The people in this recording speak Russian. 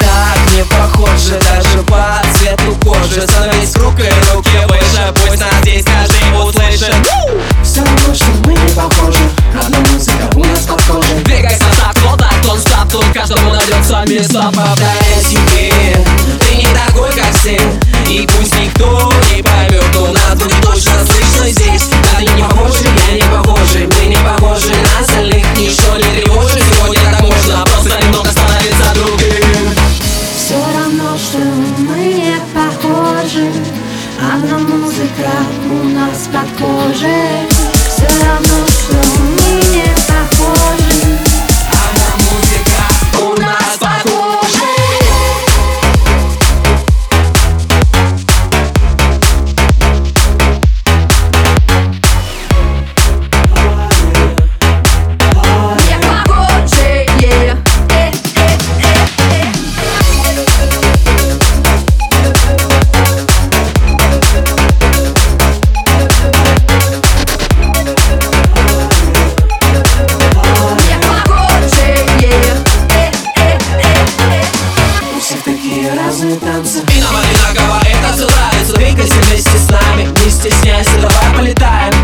так не похожи, даже по цвету кожи. Становись рукой руки выше, пусть нас здесь каждый услышит. Все равно, что мы не похожи, одна музыка у нас под кожей. Двигайся так, вот так, нон-стоп, тут каждому найдется место. Повторяй себе, ты не такой, как все. И пусть никто не поймет, но нас будет точно слышно здесь. Да ты не похожи, я не похожи, мы не похожи на остальных. Ничто не тревожит, сегодня так можно просто немного становиться другим. Все равно, что мы не похожи, одна музыка у нас под кожей. Все равно, что мы не похожи, одна музыка у нас под кожей. Разные танцы. И нам одинаково это все нравится. Двигайся вместе с нами, не стесняйся, давай полетаем.